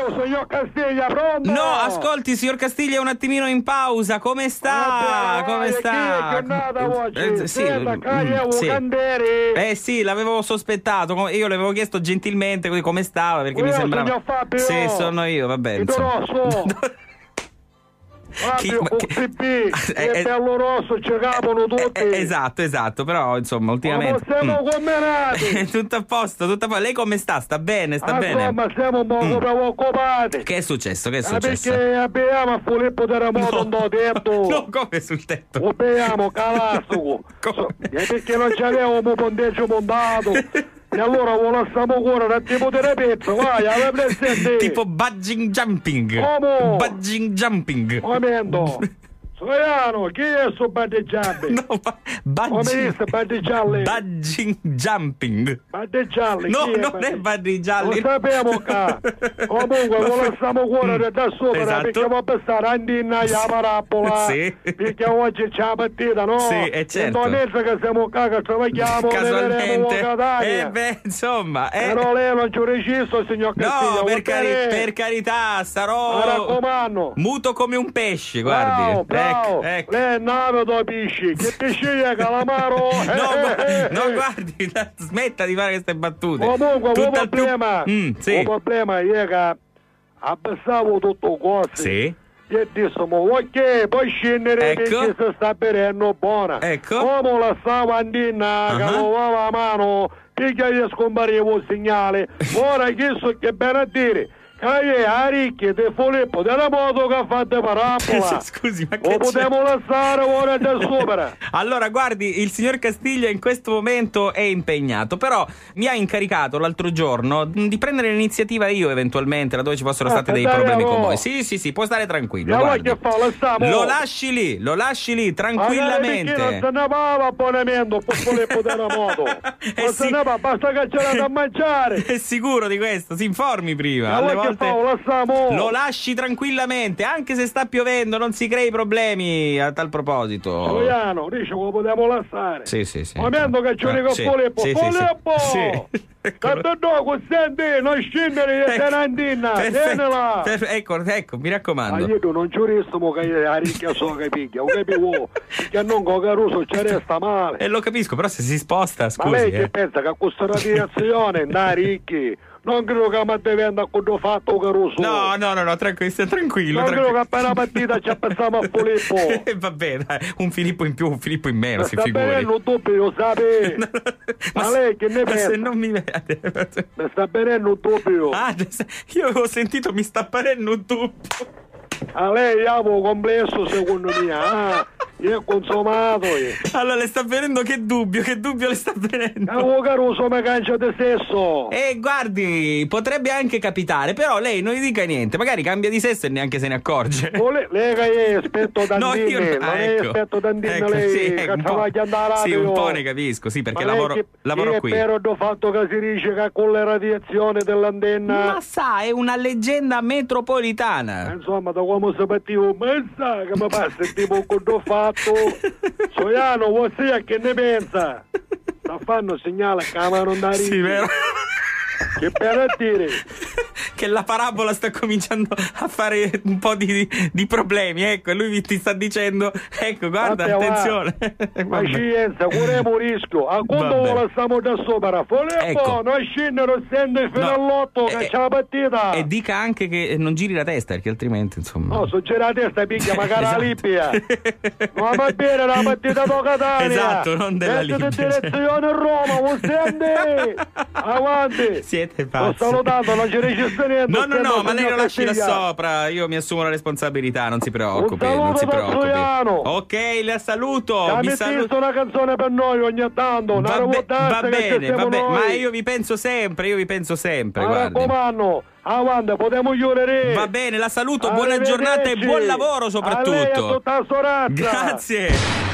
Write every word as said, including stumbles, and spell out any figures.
Ciao, signor Castiglia, pronto? No, ascolti, signor Castiglia, un attimino in pausa. Come sta? Ah, Come sta? Chi è che è nata oggi? Eh, sì, Senta, mm, Cagliavo sì. Canderi. Eh sì, l'avevo sospettato. com- Io le avevo chiesto gentilmente così come stava perché mi Io, sembrava. signor Fabio. Sì, sono io, vabbè. Il insomma. rosso. Fabio, ma con che- P P, Eh, e eh, bello rosso, ci capono tutti. Eh, eh, esatto, esatto, però insomma Ma ultimamente. siamo Mm. combinati. tutto a posto, tutto a posto. Lei come sta? Sta bene, sta Ah, bene? insomma, siamo un po' Mm. preoccupati. Che è successo? Che è Ah, successo? perché abbiamo a Filippo Terremoto un po' tempo. No, come sul tetto? Abbiamo calasso. Come? E perché non c'avevamo un ponteggio montato. E allora volessimo correre a tipo terapezza, vai, alla presente. Tipo budging jumping. Come? Budging jumping. Momento. Soiano, chi è sto batteggialle? No, ma Come budging, disse batteggialle? budging jumping. Batteggialle, No, chi è non badde- è budging gialli. Lo sappiamo qua. Comunque volessimo correre da sopra Esatto. perché va a passare andina la parabola. Sì. Perché oggi c'è la partita, no? Sì, è certo. In mezzo che siamo qua che travagliamo, ne vedremo Casualmente. Catania. Eh beh, insomma, eh. Però lei non ci registro, signor Castiglia. No, per, va cari- bene? per carità, Mi sarò raccomando. muto come un pesce, guardi. Bravo, bravo. Ecco, ecco. Lei è nave do pesci. Che pesci è calamaro? No, gu- Eh, eh, no, eh. guardi, smetta di fare queste battute. Comunque, Tutto il al più- problema, Mm, il sì. problema è che abbassavo tutto cose. Sì. E dissimo, ok, poi scendere Ecco. perché si sta bevendo buona. Ecco. Come la stava andina, Uh-huh. che lo aveva a mano, perché gli scomparivo il segnale. Ora che so che bene a dire, che è a ricchia di Filippo della moto che ha fatto parabola. Scusi, ma che Lo c'è? potremmo lasciare ora da sopra. Allora, guardi, il signor Castiglia in questo momento è impegnato, però mi ha incaricato l'altro giorno di prendere l'iniziativa io eventualmente, laddove ci fossero Ah, stati dei dai, problemi no. con voi. Sì, sì, sì, può stare tranquillo. E allora guardi. che fa? Lasciamo? Lo lasci lì, lo lasci lì, Magari perché non tranquillamente. se ne va l'abbonamento per Filippo della moto. Eh Non se sì. ne va, basta che ce l'ha da mangiare. È sicuro di questo? Si informi E prima. Alle allora che volte fa? Lo lasciamo? lo lasci tranquillamente, anche se sta piovendo, non si crei problemi a tal proposito. Soiano, dice lo potremmo lasciare. Sì, sì, sì. Momento che ci Ah, dico sì. Filippo. Sì, sì, sì. Filippo! Sì. Tanto dopo, senti, non scendere e te ne andina, tienila. Perfetto. Ecco, ecco, mi Ma raccomando. io non ci restamo che la ricchia so che picchia, o capivo, che non con Caruso ci resta male. E lo capisco, però se si sposta, scusi. Ma lei che eh. pensa che a questa radiazione, da ricchi, non credo che mi deve andare con il fatto Caruso. No, no, no, no, tranquillo, stia tranquillo. Non credo che tranquillo. appena partita ci pensiamo a Filippo. Eh, vabbè, dai, un Filippo in più, un Filippo in meno, Ma si sta figuri. benendo tutto, lo sape. Ma se- lei che ne ma pensa? se non mi vede. Mi sta benendo un dubbio. Ah, io avevo sentito mi sta parendo un dubbio. A lei avevo complesso secondo me. Ah, io ho consumato. Eh. Allora le sta venendo che dubbio, che dubbio le sta venendo? Avevo Caruso mi cancia te stesso. E guardi, potrebbe anche capitare, però lei non gli dica niente, magari cambia di sesso e neanche se ne accorge. O le- lei che è esperto No, d'andine, io no. non Ah, è ecco. esperto d'andine Ecco, lei, sì, che ecco, un po'. travaglia andare Sì, un po' ne capisco, sì, perché Ma lei lavoro, che- lavoro io qui. spero do fatto che si dice che con le radiazioni dell'antenna. Ma sa, è una leggenda metropolitana. Insomma, da come si partivo, ma sa che mi passa tipo con do fatto. Soiano, vuoi sia che ne pensa? Sta fanno segnale che la mano andare Sì, vero? Che per a dire. Che la parabola sta cominciando a fare un po' di, di problemi, ecco, e lui vi- ti sta dicendo, ecco, guarda, Vabbè, va. attenzione. Ma scienza, corriamo rischio. A quando Vabbè. la stiamo da sopra? Filippo, Ecco. non scendere sempre fino No, all'otto, eh, che c'è la partita. E dica anche che non giri la testa, perché altrimenti, insomma... No, se gira la testa picchia, magari la Esatto. Libia. Ma va bene la partita da Catania. Esatto, non della Mettete Libia, cioè. direzione Roma, vuoi senti? Avanti. Siete L'ho pazzi. salutato, non ci registro niente. No, no, no, siamo ma lei signor lo lasci là Castiglia. sopra, io mi assumo la responsabilità, non si preoccupi, Un saluto non si da preoccupi. Zoiano. Ok, la saluto, Ja, mi mi saluto. visto una canzone per noi ogni tanto, una Va, be- revoltanza va che bene, ci siamo va bene, noi. ma io vi penso sempre, io vi penso sempre, Ma guardi. raccomando, avanti, potremo chiudere. Va bene, la saluto, buona giornata e buon lavoro A lei e a soprattutto. tutta la sua razza. Grazie.